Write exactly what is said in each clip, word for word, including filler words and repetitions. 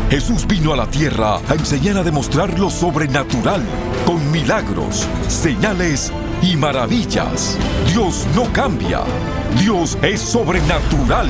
Jesús vino a la tierra a enseñar a demostrar lo sobrenatural, con milagros, señales y maravillas. Dios no cambia. Dios es sobrenatural.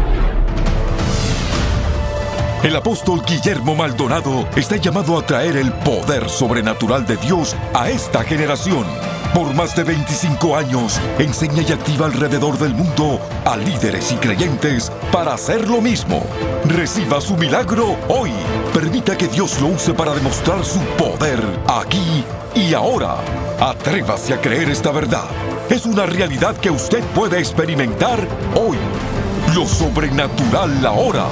El apóstol Guillermo Maldonado está llamado a traer el poder sobrenatural de Dios a esta generación. Por más de veinticinco años, enseña y activa alrededor del mundo a líderes y creyentes para hacer lo mismo. Reciba su milagro hoy. Permita que Dios lo use para demostrar su poder aquí y ahora. Atrévase a creer esta verdad. Es una realidad que usted puede experimentar hoy. Lo sobrenatural ahora.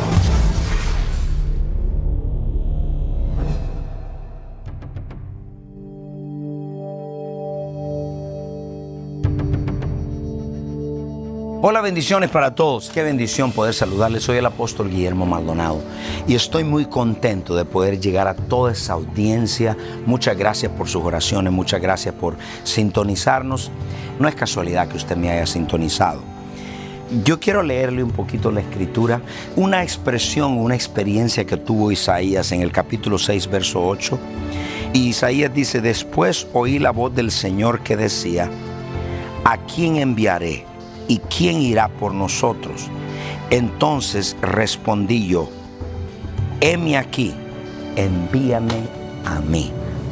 Hola, bendiciones para todos. Qué bendición poder saludarles. Soy el apóstol Guillermo Maldonado y estoy muy contento de poder llegar a toda esa audiencia. Muchas gracias por sus oraciones, muchas gracias por sintonizarnos. No es casualidad que usted me haya sintonizado. Yo quiero leerle un poquito la escritura, una expresión, una experiencia que tuvo Isaías en el capítulo seis, verso ocho. Y Isaías dice: después oí la voz del Señor que decía: ¿a quién enviaré? ¿Y quién irá por nosotros? Entonces respondí yo: heme aquí, envíame a mí.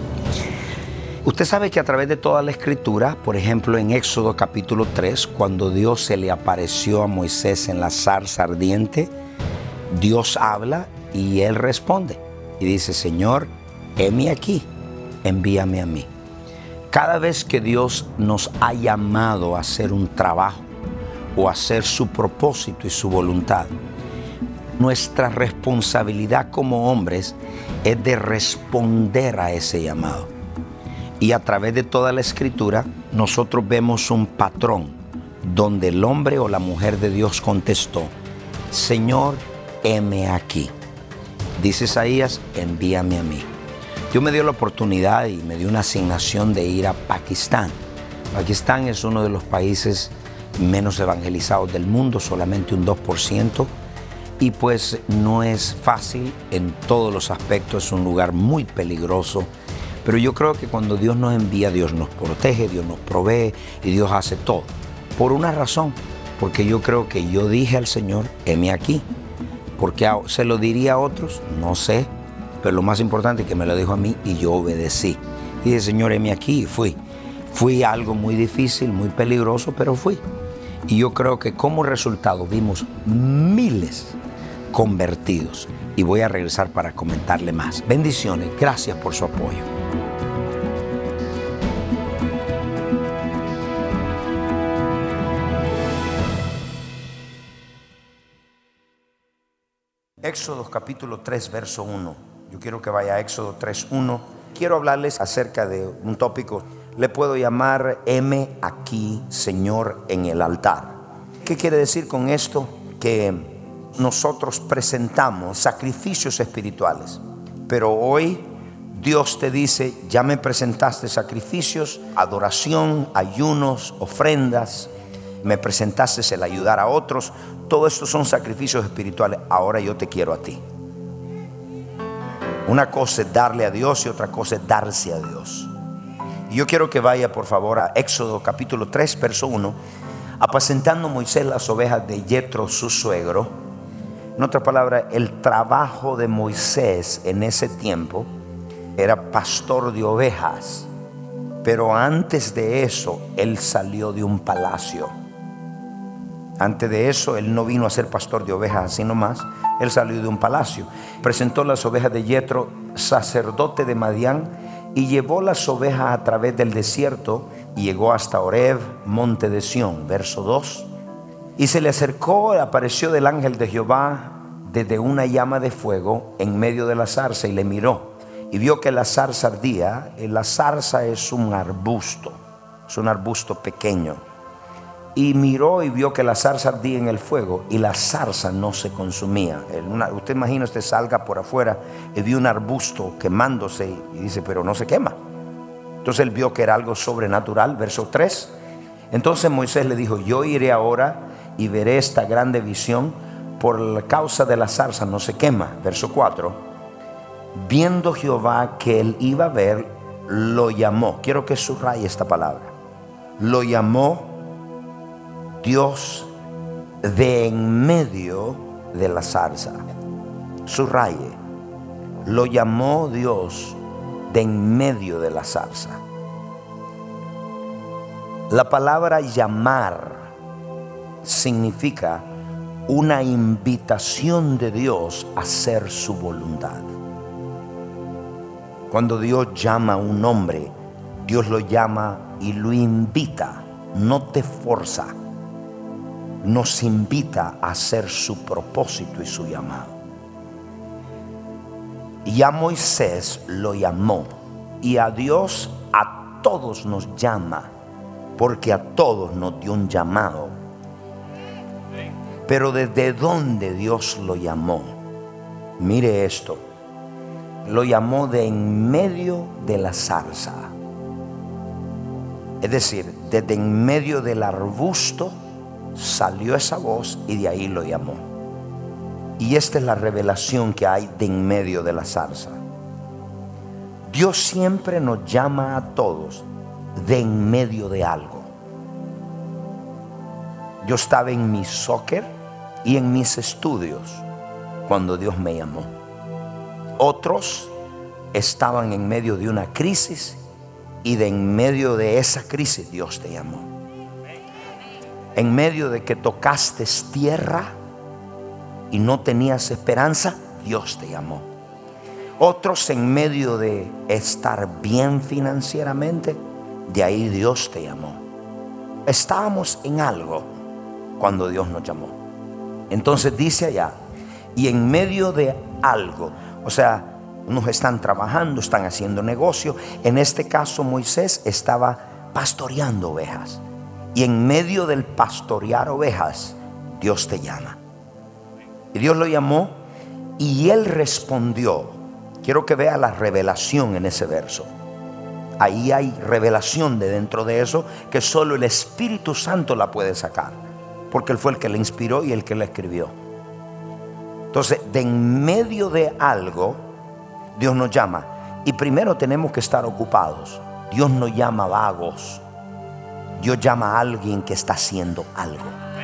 Usted sabe que a través de toda la escritura, por ejemplo en Éxodo capítulo tres, cuando Dios se le apareció a Moisés en la zarza ardiente, Dios habla y él responde y dice: Señor, heme aquí, envíame a mí. Cada vez que Dios nos ha llamado a hacer un trabajo o hacer su propósito y su voluntad, nuestra responsabilidad como hombres es de responder a ese llamado. Y a través de toda la escritura nosotros vemos un patrón donde el hombre o la mujer de Dios contestó: Señor, heme aquí. Dice Isaías: envíame a mí. Dios me dio la oportunidad y me dio una asignación de ir a Pakistán. Pakistán es uno de los países menos evangelizados del mundo, solamente un dos por ciento, y pues no es fácil en todos los aspectos, es un lugar muy peligroso, pero yo creo que cuando Dios nos envía, Dios nos protege, Dios nos provee y Dios hace todo, por una razón, porque yo creo que yo dije al Señor: heme aquí. ¿Porque se lo diría a otros? No sé, pero lo más importante es que me lo dijo a mí y yo obedecí. Y dije: Señor, heme aquí, y fui. Fui a algo muy difícil, muy peligroso, pero fui. Y yo creo que como resultado vimos miles convertidos. Y voy a regresar para comentarle más. Bendiciones, gracias por su apoyo. Éxodo capítulo tres, verso uno. Yo quiero que vaya a Éxodo tres, uno. Quiero hablarles acerca de un tópico. Le puedo llamar: heme aquí, Señor, en el altar. ¿Qué quiere decir con esto? Que nosotros presentamos sacrificios espirituales, pero hoy Dios te dice: ya me presentaste sacrificios, adoración, ayunos, ofrendas, me presentaste el ayudar a otros. Todo esto son sacrificios espirituales. Ahora yo te quiero a ti. Una cosa es darle a Dios y otra cosa es darse a Dios. Y yo quiero que vaya por favor a Éxodo capítulo tres, verso uno. Apacentando Moisés las ovejas de Yetro, su suegro. En otra palabra, el trabajo de Moisés en ese tiempo era pastor de ovejas. Pero antes de eso, él salió de un palacio. Antes de eso, él no vino a ser pastor de ovejas así nomás. Él salió de un palacio. Presentó las ovejas de Yetro, sacerdote de Madián, y llevó las ovejas a través del desierto y llegó hasta Horeb, monte de Sión. Verso dos. Y se le acercó, apareció del ángel de Jehová desde una llama de fuego en medio de la zarza, y le miró y vio que la zarza ardía. La zarza es un arbusto, es un arbusto pequeño. Y miró y vio que la zarza ardía en el fuego y la zarza no se consumía. Una, usted imagina, usted salga por afuera y vio un arbusto quemándose y dice: pero no se quema. Entonces él vio que era algo sobrenatural. Verso tres. Entonces Moisés le dijo: yo iré ahora y veré esta grande visión, por la causa de la zarza no se quema. Verso cuatro. Viendo Jehová que él iba a ver, lo llamó. Quiero que subraye esta palabra. Lo llamó Dios de en medio de la zarza. Subraye. Lo llamó Dios de en medio de la zarza. La palabra llamar significa una invitación de Dios a hacer su voluntad. Cuando Dios llama a un hombre, Dios lo llama y lo invita, no te forza, nos invita a hacer su propósito y su llamado. Y a Moisés lo llamó, y a Dios a todos nos llama, porque a todos nos dio un llamado. Pero ¿desde dónde Dios lo llamó? Mire esto. Lo llamó de en medio de la zarza. Es decir, desde en medio del arbusto salió esa voz y de ahí lo llamó. Y esta es la revelación que hay de en medio de la zarza. Dios siempre nos llama a todos de en medio de algo. Yo estaba en mi soccer y en mis estudios cuando Dios me llamó. Otros estaban en medio de una crisis y de en medio de esa crisis Dios te llamó. En medio de que tocaste tierra y no tenías esperanza, Dios te llamó. Otros en medio de estar bien financieramente, de ahí Dios te llamó. Estábamos en algo cuando Dios nos llamó. Entonces dice allá, y en medio de algo, o sea, unos están trabajando, están haciendo negocio. En este caso Moisés estaba pastoreando ovejas. Y en medio del pastorear ovejas, Dios te llama. Y Dios lo llamó y él respondió. Quiero que vea la revelación en ese verso. Ahí hay revelación de dentro de eso que solo el Espíritu Santo la puede sacar, porque él fue el que la inspiró y el que la escribió. Entonces, de en medio de algo, Dios nos llama. Y primero tenemos que estar ocupados. Dios no llama vagos. Dios llama a alguien que está haciendo algo.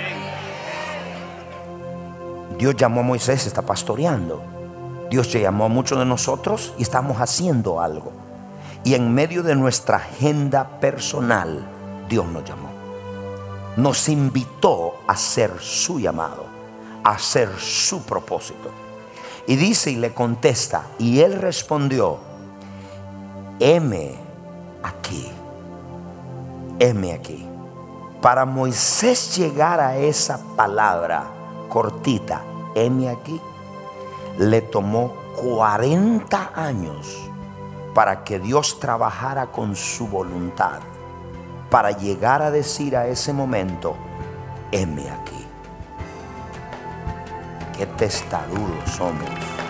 Dios llamó a Moisés, está pastoreando. Dios llamó a muchos de nosotros y estamos haciendo algo. Y en medio de nuestra agenda personal, Dios nos llamó. Nos invitó a hacer su llamado, a hacer su propósito. Y dice y le contesta, y él respondió: heme aquí, heme aquí. Para Moisés llegar a esa palabra cortita, heme aquí, le tomó cuarenta años para que Dios trabajara con su voluntad, para llegar a decir a ese momento, heme aquí. Qué testarudos somos.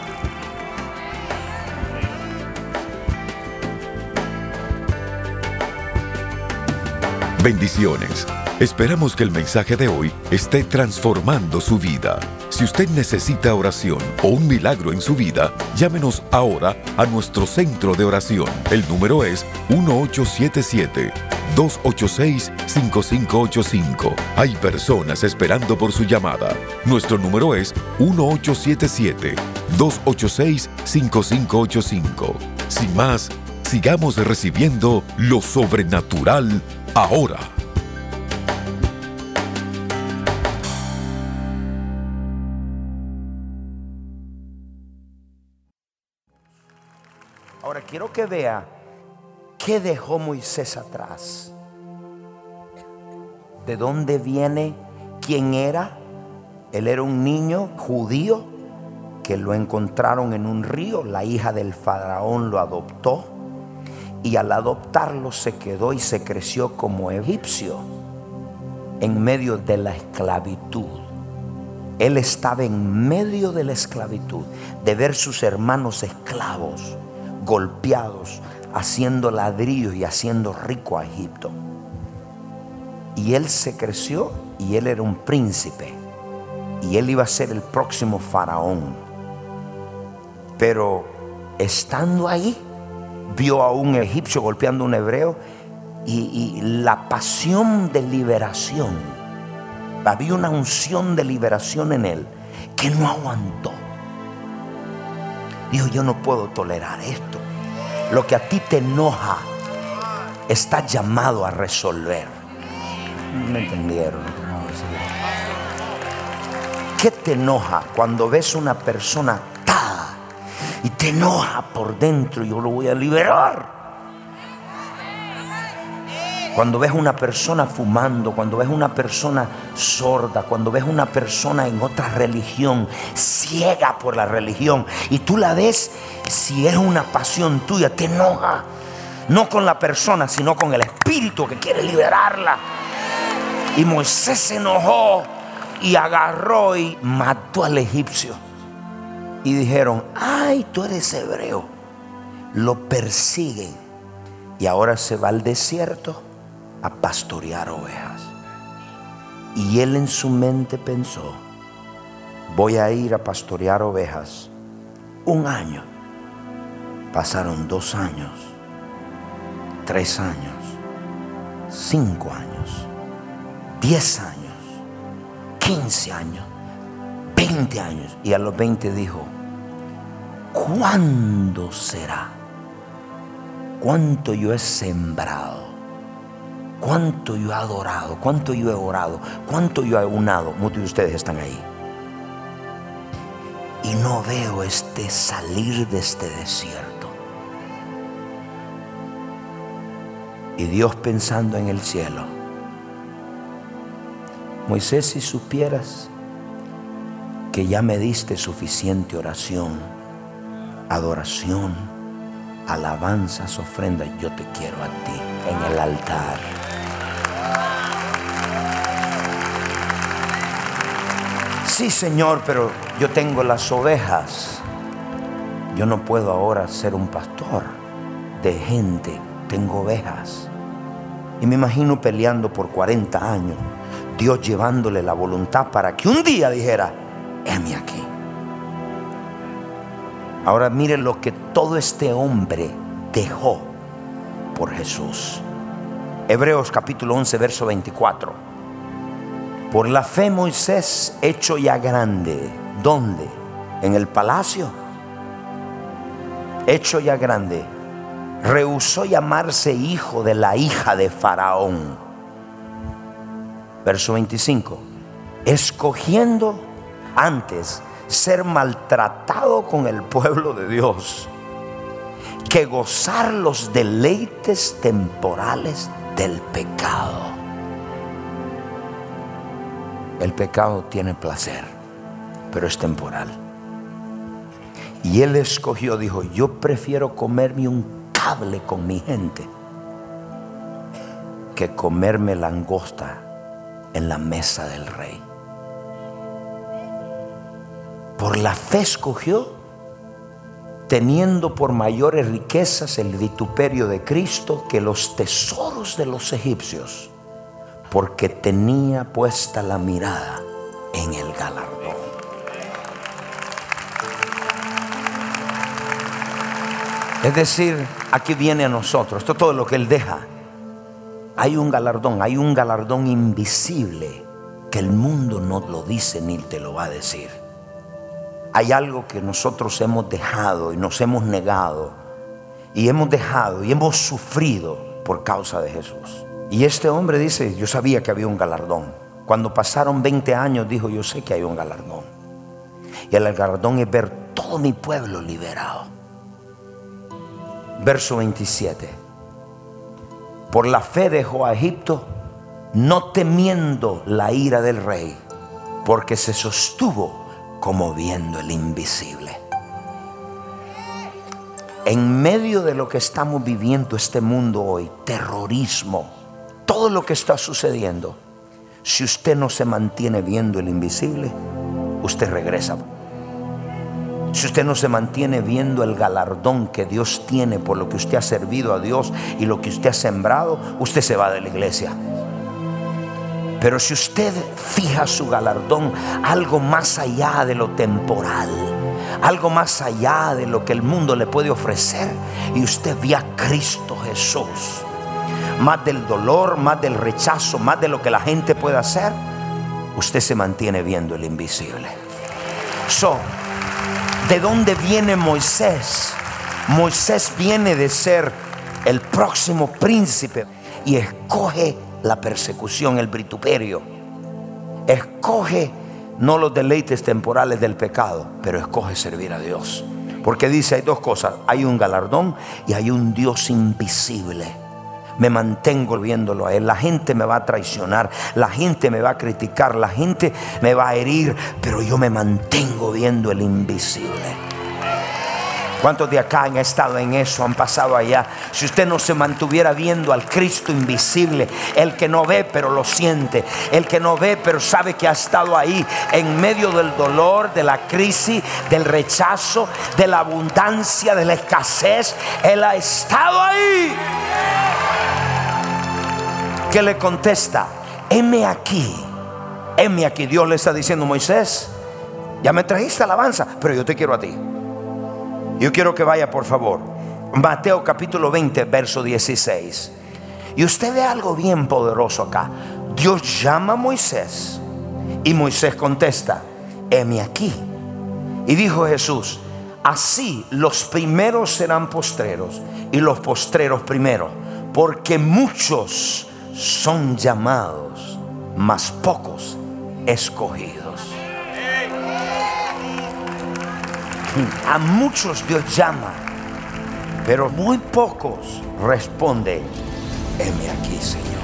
Bendiciones. Esperamos que el mensaje de hoy esté transformando su vida. Si usted necesita oración o un milagro en su vida, llámenos ahora a nuestro centro de oración. El número es uno ocho siete siete, dos ocho seis, cinco cinco ocho cinco. Hay personas esperando por su llamada. Nuestro número es uno ocho siete siete, dos ocho seis, cinco cinco ocho cinco. Sin más, sigamos recibiendo lo sobrenatural ahora. Ahora quiero que vea qué dejó Moisés atrás. ¿De dónde viene? ¿Quién era? Él era un niño judío que lo encontraron en un río. La hija del faraón lo adoptó y al adoptarlo se quedó y se creció como egipcio en medio de la esclavitud. Él estaba en medio de la esclavitud, de ver sus hermanos esclavos, golpeados, haciendo ladrillos y haciendo rico a Egipto. Y él se creció y él era un príncipe y él iba a ser el próximo faraón. Pero estando ahí, vio a un egipcio golpeando a un hebreo y, y la pasión de liberación, había una unción de liberación en él que no aguantó. Dijo: yo no puedo tolerar esto. Lo que a ti te enoja está llamado a resolver. ¿Me entendieron? ¿Qué te enoja cuando ves una persona atada y te enoja por dentro? Yo lo voy a liberar. Cuando ves una persona fumando, cuando ves una persona sorda, cuando ves una persona en otra religión, ciega por la religión, y tú la ves, si es una pasión tuya, te enoja. No con la persona, sino con el espíritu que quiere liberarla. Y Moisés se enojó y agarró y mató al egipcio. Y dijeron: ay, tú eres hebreo. Lo persiguen. Y ahora se va al desierto a pastorear ovejas. Y él en su mente pensó: voy a ir a pastorear ovejas un año. Pasaron dos años, tres años, cinco años, diez años, quince años, veinte años. Y a los veinte dijo: ¿cuándo será? ¿Cuánto yo he sembrado? ¿Cuánto yo he adorado? ¿Cuánto yo he orado? ¿Cuánto yo he unado? Muchos de ustedes están ahí. Y no veo este salir de este desierto. Y Dios pensando en el cielo: Moisés, si supieras que ya me diste suficiente oración, adoración, alabanzas, ofrendas, yo te quiero a ti en el altar. Sí, Señor, pero yo tengo las ovejas. Yo no puedo ahora ser un pastor de gente. Tengo ovejas. Y me imagino peleando por cuarenta años, Dios llevándole la voluntad para que un día dijera: heme aquí. Ahora mire lo que todo este hombre dejó por Jesús. Hebreos capítulo once, verso veinticuatro. Por la fe Moisés, hecho ya grande. ¿Dónde? En el palacio. Hecho ya grande, rehusó llamarse hijo de la hija de Faraón. Verso veinticinco. Escogiendo antes ser maltratado con el pueblo de Dios que gozar los deleites temporales del pecado. El pecado tiene placer, pero es temporal. Y él escogió, dijo: yo prefiero comerme un cable con mi gente que comerme langosta en la mesa del rey. Por la fe escogió, teniendo por mayores riquezas el vituperio de Cristo que los tesoros de los egipcios, porque tenía puesta la mirada en el galardón. Es decir, aquí viene a nosotros, esto es todo lo que él deja. Hay un galardón, hay un galardón invisible que el mundo no lo dice ni te lo va a decir. Hay algo que nosotros hemos dejado y nos hemos negado y hemos dejado y hemos sufrido por causa de Jesús. Y este hombre dice: yo sabía que había un galardón. Cuando pasaron veinte años dijo: yo sé que hay un galardón. Y el galardón es ver todo mi pueblo liberado. Verso veintisiete. Por la fe dejó a Egipto, no temiendo la ira del rey, porque se sostuvo como viendo el invisible. En medio de lo que estamos viviendo este mundo hoy, terrorismo, todo lo que está sucediendo, si usted no se mantiene viendo el invisible, usted regresa. Si usted no se mantiene viendo el galardón que Dios tiene por lo que usted ha servido a Dios y lo que usted ha sembrado, usted se va de la iglesia. Pero si usted fija su galardón algo más allá de lo temporal, algo más allá de lo que el mundo le puede ofrecer, y usted ve a Cristo Jesús, más del dolor, más del rechazo, más de lo que la gente puede hacer, usted se mantiene viendo el invisible. So, ¿de dónde viene Moisés? Moisés viene de ser el próximo príncipe y escoge la persecución, el vituperio. Escoge no los deleites temporales del pecado, pero escoge servir a Dios. Porque dice, hay dos cosas: hay un galardón y hay un Dios invisible. Me mantengo viéndolo a Él. La gente me va a traicionar, la gente me va a criticar, la gente me va a herir, pero yo me mantengo viendo el invisible. ¿Cuántos de acá han estado en eso, han pasado allá? Si usted no se mantuviera viendo al Cristo invisible, el que no ve pero lo siente, el que no ve pero sabe que ha estado ahí en medio del dolor, de la crisis, del rechazo, de la abundancia, de la escasez, Él ha estado ahí. ¿Qué le contesta? Heme aquí, heme aquí. Dios le está diciendo: Moisés, ya me trajiste alabanza, pero yo te quiero a ti. Yo quiero que vaya, por favor, Mateo capítulo veinte, verso dieciséis. Y usted ve algo bien poderoso acá. Dios llama a Moisés y Moisés contesta: heme aquí. Y dijo Jesús: así los primeros serán postreros y los postreros primeros, porque muchos son llamados, mas pocos escogidos. A muchos Dios llama, pero muy pocos responden: heme aquí, Señor.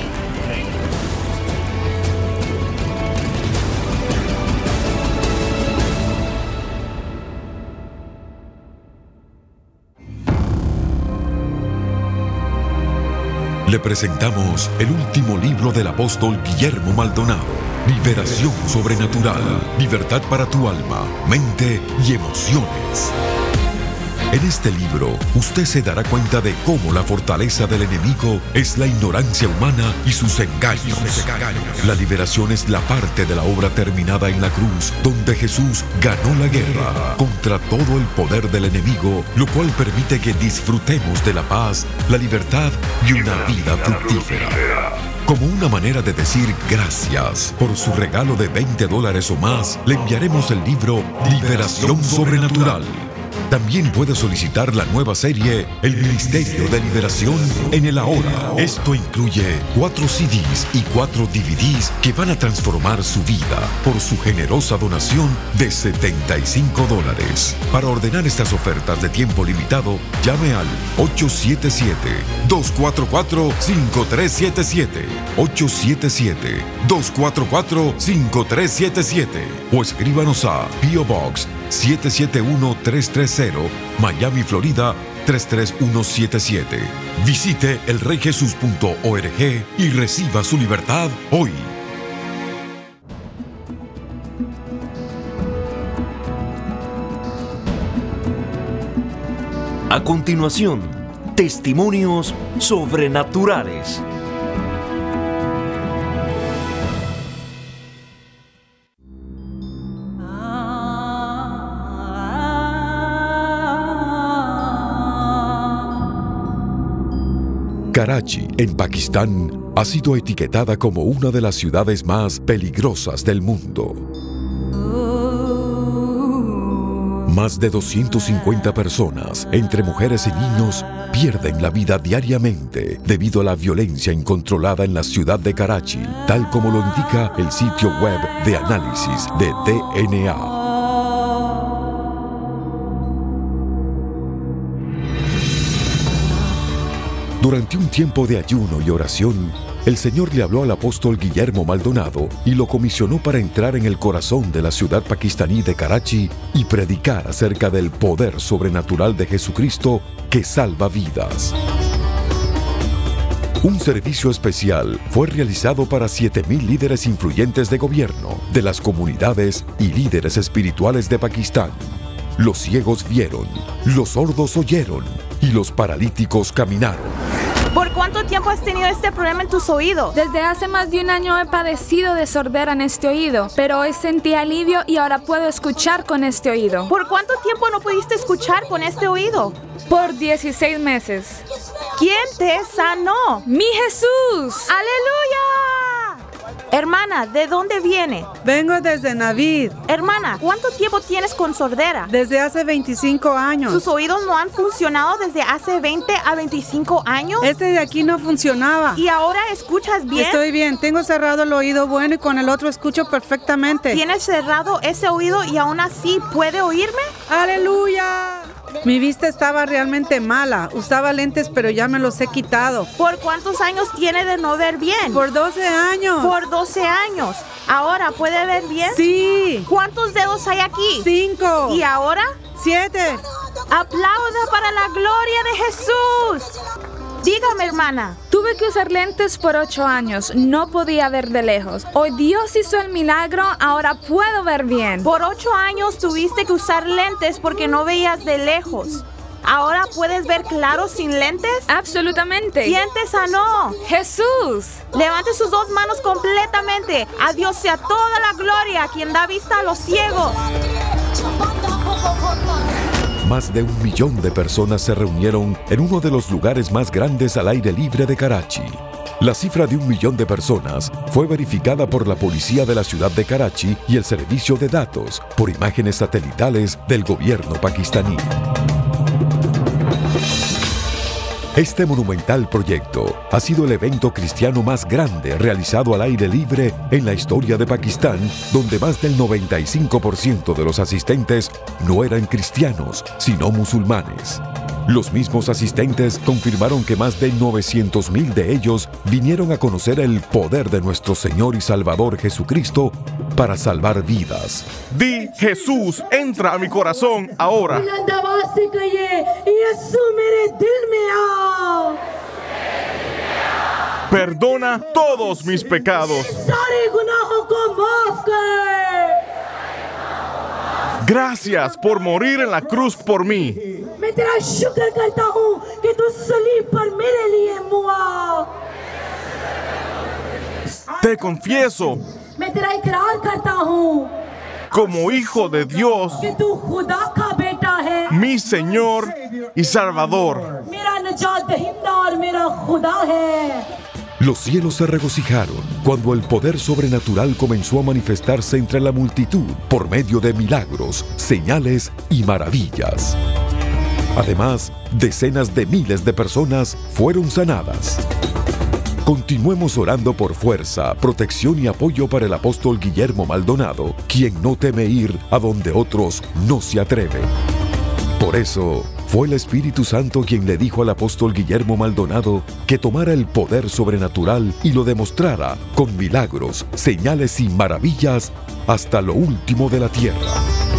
Le presentamos el último libro del apóstol Guillermo Maldonado. Liberación sobrenatural, libertad para tu alma, mente y emociones. En este libro, usted se dará cuenta de cómo la fortaleza del enemigo es la ignorancia humana y sus engaños. La liberación es la parte de la obra terminada en la cruz, donde Jesús ganó la guerra contra todo el poder del enemigo, lo cual permite que disfrutemos de la paz, la libertad y una vida fructífera. Como una manera de decir gracias por su regalo de veinte dólares o más, le enviaremos el libro Liberación Sobrenatural. También puede solicitar la nueva serie El Ministerio de Liberación en el Ahora. Esto incluye cuatro C Ds y cuatro D V Ds que van a transformar su vida por su generosa donación de setenta y cinco dólares. Para ordenar estas ofertas de tiempo limitado, llame al ocho siete siete, dos cuatro cuatro, cinco tres siete siete, ocho siete siete, dos cuatro cuatro, cinco tres siete siete o escríbanos a P O Box siete siete uno tres tres cero, Miami, Florida tres tres uno siete siete. Visite el rey jesús punto org y reciba su libertad hoy. A continuación, testimonios sobrenaturales. Karachi, en Pakistán, ha sido etiquetada como una de las ciudades más peligrosas del mundo. Más de doscientas cincuenta personas, entre mujeres y niños, pierden la vida diariamente debido a la violencia incontrolada en la ciudad de Karachi, tal como lo indica el sitio web de análisis de D N A. Durante un tiempo de ayuno y oración, el Señor le habló al apóstol Guillermo Maldonado y lo comisionó para entrar en el corazón de la ciudad pakistaní de Karachi y predicar acerca del poder sobrenatural de Jesucristo que salva vidas. Un servicio especial fue realizado para siete mil líderes influyentes de gobierno, de las comunidades y líderes espirituales de Pakistán. Los ciegos vieron, los sordos oyeron y los paralíticos caminaron. ¿Por cuánto tiempo has tenido este problema en tus oídos? Desde hace más de un año he padecido de sordera en este oído, pero hoy sentí alivio y ahora puedo escuchar con este oído. ¿Por cuánto tiempo no pudiste escuchar con este oído? Por dieciséis meses. ¿Quién te sanó? ¡Mi Jesús! ¡Aleluya! Hermana, ¿de dónde viene? Vengo desde Navid. Hermana, ¿cuánto tiempo tienes con sordera? Desde hace veinticinco años. ¿Sus oídos no han funcionado desde hace veinte a veinticinco años? Este de aquí no funcionaba. ¿Y ahora escuchas bien? Estoy bien, tengo cerrado el oído bueno y con el otro escucho perfectamente. ¿Tienes cerrado ese oído y aún así puede oírme? ¡Aleluya! Mi vista estaba realmente mala. Usaba lentes, pero ya me los he quitado. ¿Por cuántos años tiene de no ver bien? Por doce años. Por doce años. ¿Ahora puede ver bien? Sí. ¿Cuántos dedos hay aquí? Cinco. ¿Y ahora? Siete. ¡Aplauda para la gloria de Jesús! Dígame, hermana. Tuve que usar lentes por ocho años. No podía ver de lejos. Hoy Dios hizo el milagro. Ahora puedo ver bien. Por ocho años tuviste que usar lentes porque no veías de lejos. ¿Ahora puedes ver claro sin lentes? Absolutamente. ¿Quién te sanó? Jesús. Levante sus dos manos completamente. A Dios sea toda la gloria, quien da vista a los ciegos. Más de un millón de personas se reunieron en uno de los lugares más grandes al aire libre de Karachi. La cifra de un millón de personas fue verificada por la policía de la ciudad de Karachi y el servicio de datos por imágenes satelitales del gobierno pakistaní. Este monumental proyecto ha sido el evento cristiano más grande realizado al aire libre en la historia de Pakistán, donde más del noventa y cinco por ciento de los asistentes no eran cristianos, sino musulmanes. Los mismos asistentes confirmaron que más de novecientos mil de ellos vinieron a conocer el poder de nuestro Señor y Salvador Jesucristo para salvar vidas. Di, Jesús, entra a mi corazón ahora. Perdona todos mis pecados. Gracias por morir en la cruz por mí. Te confieso como hijo de Dios, mi Señor y Salvador. Los cielos se regocijaron cuando el poder sobrenatural comenzó a manifestarse entre la multitud por medio de milagros, señales y maravillas. Además, decenas de miles de personas fueron sanadas. Continuemos orando por fuerza, protección y apoyo para el apóstol Guillermo Maldonado, quien no teme ir a donde otros no se atreven. Por eso, fue el Espíritu Santo quien le dijo al apóstol Guillermo Maldonado que tomara el poder sobrenatural y lo demostrara con milagros, señales y maravillas hasta lo último de la tierra.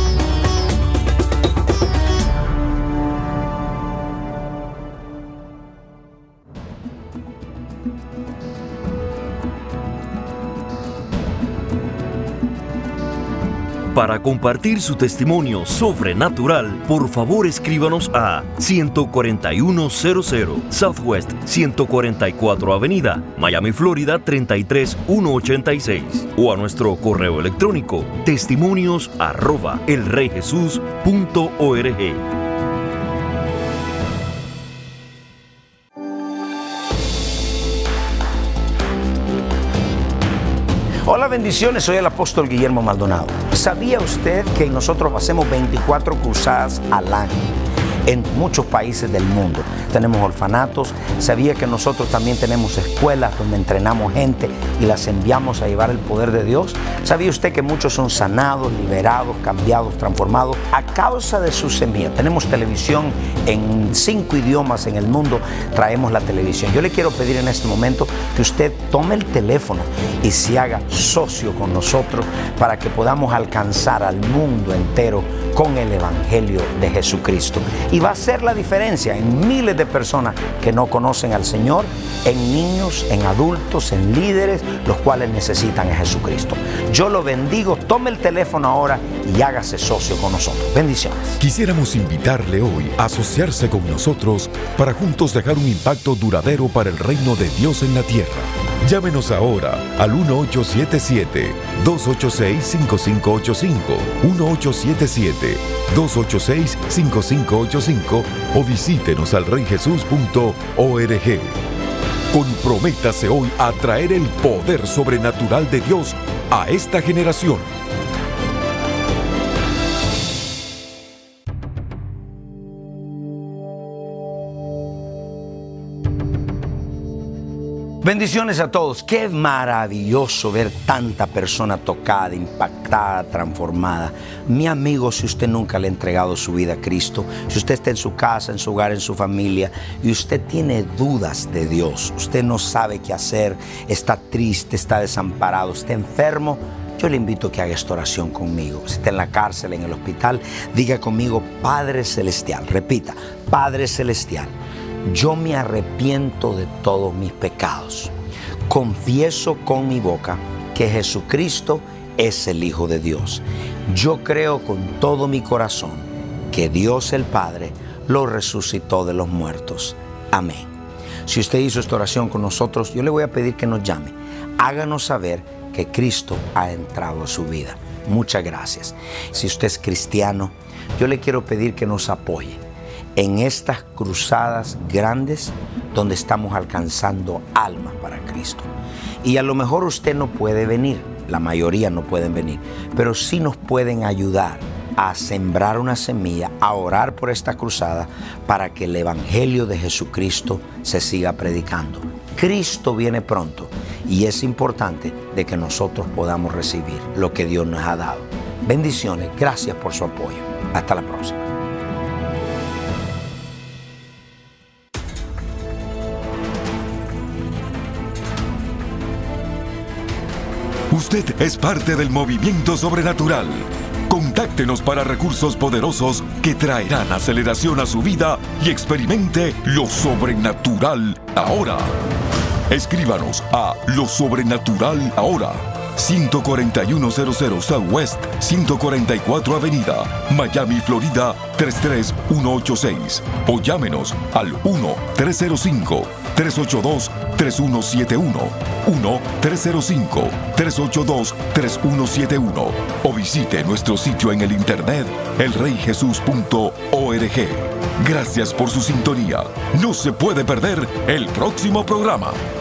Para compartir su testimonio sobrenatural, por favor escríbanos a ciento cuarenta y uno cero cero Southwest ciento cuarenta y cuatro Avenida, Miami, Florida treinta y tres mil ciento ochenta y seis o a nuestro correo electrónico testimonios arroba elreyjesus punto org. Hola, bendiciones, soy el apóstol Guillermo Maldonado. ¿Sabía usted que nosotros hacemos veinticuatro cruzadas al año en muchos países del mundo? Tenemos orfanatos. ¿Sabía que nosotros también tenemos escuelas donde entrenamos gente y las enviamos a llevar el poder de Dios? ¿Sabía usted que muchos son sanados, liberados, cambiados, transformados a causa de su semilla? Tenemos televisión en cinco idiomas en el mundo, traemos la televisión. Yo le quiero pedir en este momento que usted tome el teléfono y se haga socio con nosotros para que podamos alcanzar al mundo entero con el Evangelio de Jesucristo. Y va a hacer la diferencia en miles de personas que no conocen al Señor, en niños, en adultos, en líderes, los cuales necesitan a Jesucristo. Yo lo bendigo. Tome el teléfono ahora y hágase socio con nosotros. Bendiciones. Quisiéramos invitarle hoy a asociarse con nosotros para juntos dejar un impacto duradero para el reino de Dios en la tierra. Llámenos ahora al uno ocho siete siete, dos ocho seis, cinco cinco ocho cinco, uno ocho siete siete, dos ocho seis, cinco cinco ocho cinco o visítenos al rey jesús punto org. Comprométase hoy a traer el poder sobrenatural de Dios a esta generación. Bendiciones a todos. Qué maravilloso ver tanta persona tocada, impactada, transformada. Mi amigo, si usted nunca le ha entregado su vida a Cristo, si usted está en su casa, en su hogar, en su familia, y usted tiene dudas de Dios, usted no sabe qué hacer, está triste, está desamparado, está enfermo, yo le invito a que haga esta oración conmigo. Si está en la cárcel, en el hospital, diga conmigo: Padre Celestial. Repita: Padre Celestial, yo me arrepiento de todos mis pecados. Confieso con mi boca que Jesucristo es el Hijo de Dios. Yo creo con todo mi corazón que Dios el Padre lo resucitó de los muertos. Amén. Si usted hizo esta oración con nosotros, yo le voy a pedir que nos llame. Háganos saber que Cristo ha entrado a su vida. Muchas gracias. Si usted es cristiano, yo le quiero pedir que nos apoye en estas cruzadas grandes donde estamos alcanzando almas para Cristo. Y a lo mejor usted no puede venir, la mayoría no pueden venir, pero sí nos pueden ayudar a sembrar una semilla, a orar por esta cruzada para que el Evangelio de Jesucristo se siga predicando. Cristo viene pronto y es importante de que nosotros podamos recibir lo que Dios nos ha dado. Bendiciones, gracias por su apoyo. Hasta la próxima. Usted es parte del movimiento sobrenatural. Contáctenos para recursos poderosos que traerán aceleración a su vida y experimente lo sobrenatural ahora. Escríbanos a Lo Sobrenatural Ahora, ciento cuarenta y uno cero cero Southwest ciento cuarenta y cuatro Avenida, Miami, Florida tres tres uno ocho seis, o llámenos al uno tres cero cinco, tres ocho dos, tres uno siete uno, uno tres cero cinco, tres ocho dos, tres uno siete uno, o visite nuestro sitio en el internet el rey jesús punto org. Gracias por su sintonía. No se puede perder el próximo programa.